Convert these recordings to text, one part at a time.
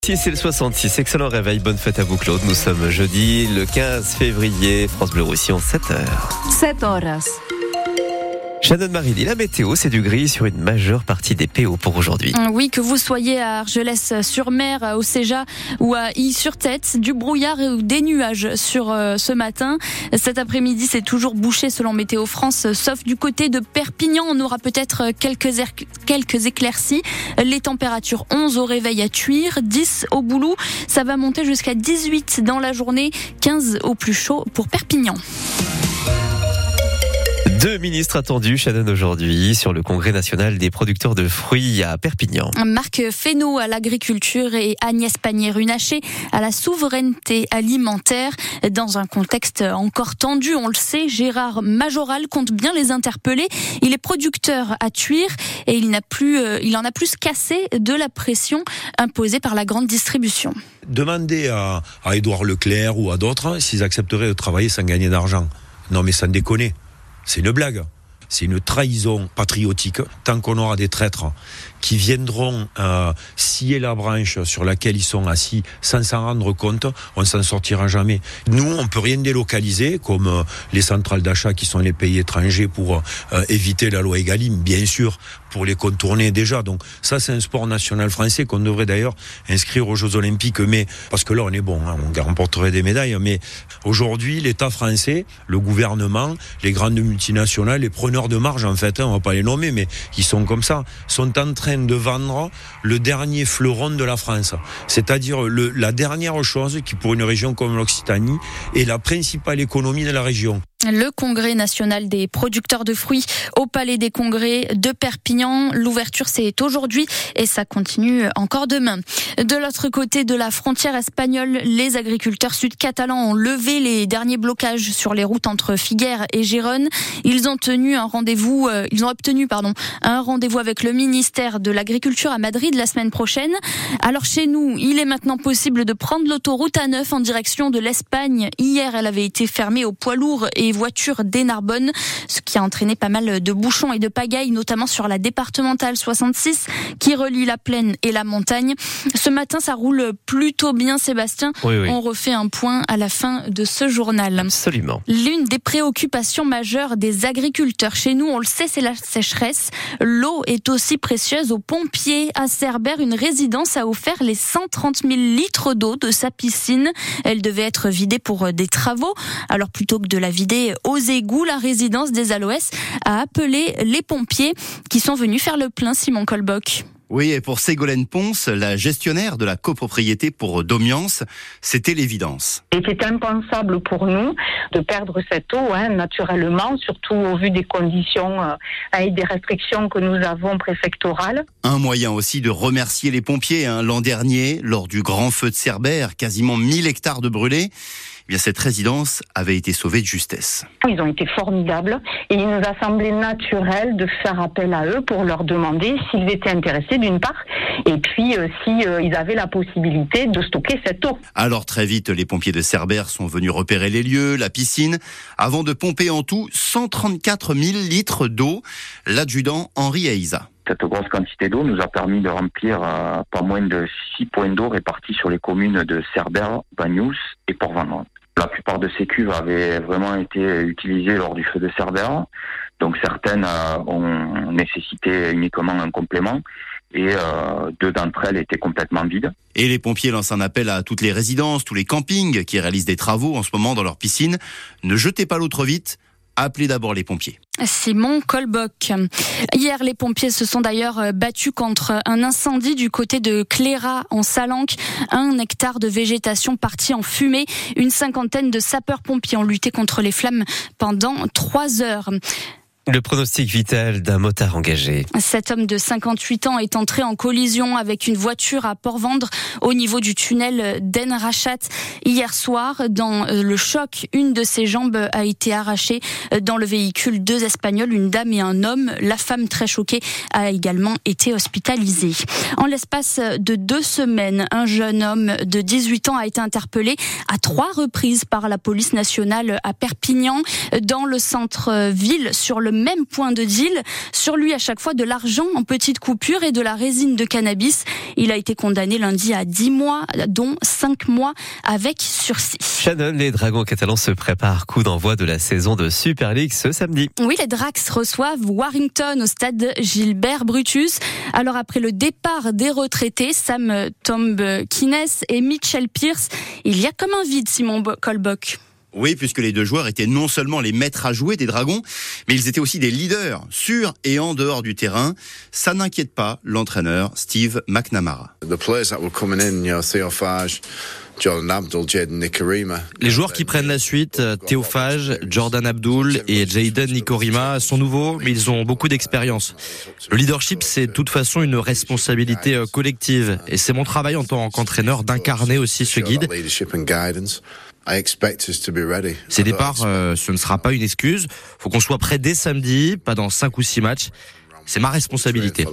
Si c'est le 66, excellent réveil, bonne fête à vous Claude. Nous sommes jeudi, le 15 février, France Bleu Roussillon, 7h. 7 horas. Shannon Marily, la météo, c'est du gris sur une majeure partie des PO pour aujourd'hui. Oui, que vous soyez à Argelès-sur-Mer, au Céja ou à Illy-sur-Tête, du brouillard ou des nuages sur ce matin. Cet après-midi, c'est toujours bouché selon Météo France, sauf du côté de Perpignan. On aura peut-être quelques éclaircies. Les températures 11 au réveil à Tuire, 10 au Boulou. Ça va monter jusqu'à 18 dans la journée, 15 au plus chaud pour Perpignan. Deux ministres attendus, Shannon, aujourd'hui, sur le congrès national des producteurs de fruits à Perpignan. Marc Fesneau à l'agriculture et Agnès Pannier-Runacher à la souveraineté alimentaire. Dans un contexte encore tendu, on le sait, Gérard Majoral compte bien les interpeller. Il est producteur à Tuire et il en a plus cassé de la pression imposée par la grande distribution. Demandez à Édouard Leclerc ou à d'autres s'ils accepteraient de travailler sans gagner d'argent. Non mais sans déconner. C'est une blague, c'est une trahison patriotique. Tant qu'on aura des traîtres qui viendront scier la branche sur laquelle ils sont assis sans s'en rendre compte, on s'en sortira jamais. Nous, on peut rien délocaliser, comme les centrales d'achat qui sont les pays étrangers pour éviter la loi Egalim, bien sûr, pour les contourner déjà. Donc ça, c'est un sport national français qu'on devrait d'ailleurs inscrire aux Jeux Olympiques. Mais parce que là, on est bon, on remporterait des médailles. Mais aujourd'hui, l'État français, le gouvernement, les grandes multinationales, les preneurs de marge, en fait, on va pas les nommer, mais qui sont comme ça, sont en train de vendre le dernier fleuron de la France. C'est-à-dire la dernière chose qui, pour une région comme l'Occitanie, est la principale économie de la région. Le congrès national des producteurs de fruits au Palais des Congrès de Perpignan. L'ouverture, c'est aujourd'hui et ça continue encore demain. De l'autre côté de la frontière espagnole, les agriculteurs sud-catalans ont levé les derniers blocages sur les routes entre Figueres et Gérone. Ils ont obtenu un rendez-vous avec le ministère de l'Agriculture à Madrid la semaine prochaine. Alors chez nous, il est maintenant possible de prendre l'autoroute A9 en direction de l'Espagne. Hier, elle avait été fermée aux poids lourds et voitures dès Narbonne, ce qui a entraîné pas mal de bouchons et de pagailles, notamment sur la départementale 66 qui relie la plaine et la montagne. Ce matin, ça roule plutôt bien, Sébastien. Oui. On refait un point à la fin de ce journal. Absolument. L'une des préoccupations majeures des agriculteurs chez nous, on le sait, c'est la sécheresse. L'eau est aussi précieuse aux pompiers. À Cerbère, une résidence a offert les 130 000 litres d'eau de sa piscine. Elle devait être vidée pour des travaux. Alors plutôt que de la vider aux égouts, la résidence des Aloès a appelé les pompiers qui sont venus faire le plein, Simon Colboc. Oui, et pour Ségolène Ponce, la gestionnaire de la copropriété pour Domiance, c'était l'évidence. C'était impensable pour nous de perdre cette eau, naturellement, surtout au vu des conditions et des restrictions que nous avons préfectorales. Un moyen aussi de remercier les pompiers. L'an dernier, lors du grand feu de Cerbère, quasiment 1000 hectares de brûlés, cette résidence avait été sauvée de justesse. Ils ont été formidables et il nous a semblé naturel de faire appel à eux pour leur demander s'ils étaient intéressés d'une part et puis s'ils avaient la possibilité de stocker cette eau. Alors très vite, les pompiers de Cerbère sont venus repérer les lieux, la piscine, avant de pomper en tout 134 000 litres d'eau. L'adjudant Henri Aïza. Cette grosse quantité d'eau nous a permis de remplir pas moins de 6 points d'eau répartis sur les communes de Cerbère, Bagnous et Port-Vendôme. La plupart de ces cuves avaient vraiment été utilisées lors du feu de Cerbère, donc certaines ont nécessité uniquement un complément et 2 d'entre elles étaient complètement vides. Et les pompiers lancent un appel à toutes les résidences, tous les campings qui réalisent des travaux en ce moment dans leur piscine. Ne jetez pas l'eau trop vite. Appelez d'abord les pompiers. Simon Colboc. Hier, les pompiers se sont d'ailleurs battus contre un incendie du côté de Clérat en Salanque. 1 hectare de végétation partie en fumée. Une 50aine de sapeurs-pompiers ont lutté contre les flammes pendant 3 heures. Le pronostic vital d'un motard engagé. Cet homme de 58 ans est entré en collision avec une voiture à Port-Vendre au niveau du tunnel d'En Rachat. Hier soir, dans le choc, une de ses jambes a été arrachée. Dans le véhicule, 2 Espagnols, une dame et un homme. La femme, très choquée, a également été hospitalisée. En l'espace de 2 semaines, un jeune homme de 18 ans a été interpellé à 3 reprises par la police nationale à Perpignan, dans le centre-ville, sur le même point de deal. Sur lui, à chaque fois, de l'argent en petites coupures et de la résine de cannabis. Il a été condamné lundi à 10 mois, dont 5 mois avec sursis. Shannon, les Dragons catalans se préparent. Coup d'envoi de la saison de Super League ce samedi. Oui, les Drax reçoivent Warrington au stade Gilbert Brutus. Alors après le départ des retraités, Sam Tompkins et Mitchell Pearce, il y a comme un vide, Simon Colbock. Oui, puisque les deux joueurs étaient non seulement les maîtres à jouer des Dragons, mais ils étaient aussi des leaders, sur et en dehors du terrain. Ça n'inquiète pas l'entraîneur Steve McNamara. Les joueurs qui prennent la suite, Théophage, Jordan Abdul et Jayden Nikorima, sont nouveaux, mais ils ont beaucoup d'expérience. Le leadership, c'est de toute façon une responsabilité collective. Et c'est mon travail en tant qu'entraîneur d'incarner aussi ce guide. Ces départs, ce ne sera pas une excuse. Faut qu'on soit prêt dès samedi, pas dans 5 ou 6 matchs. C'est ma responsabilité.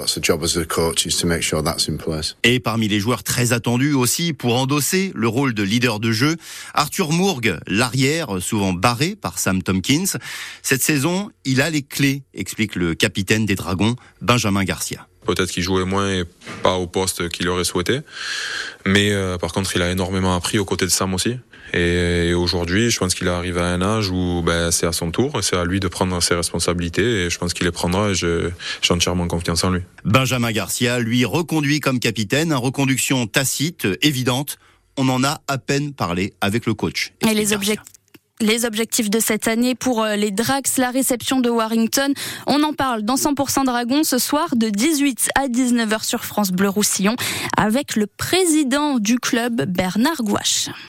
Et parmi les joueurs très attendus aussi pour endosser le rôle de leader de jeu, Arthur Mourgue, l'arrière, souvent barré par Sam Tompkins. Cette saison, il a les clés, explique le capitaine des Dragons, Benjamin Garcia. Peut-être qu'il jouait moins et pas au poste qu'il aurait souhaité. Mais par contre, il a énormément appris aux côtés de Sam aussi. Et aujourd'hui, je pense qu'il arrive à un âge où c'est à son tour. C'est à lui de prendre ses responsabilités. Et je pense qu'il les prendra et j'ai entièrement confiance en lui. Benjamin Garcia, lui, reconduit comme capitaine. Une reconduction tacite, évidente. On en a à peine parlé avec le coach. Et les objectifs de cette année pour les Drax, la réception de Warrington. On en parle dans 100% Dragons ce soir de 18 à 19h sur France Bleu Roussillon avec le président du club, Bernard Gouache.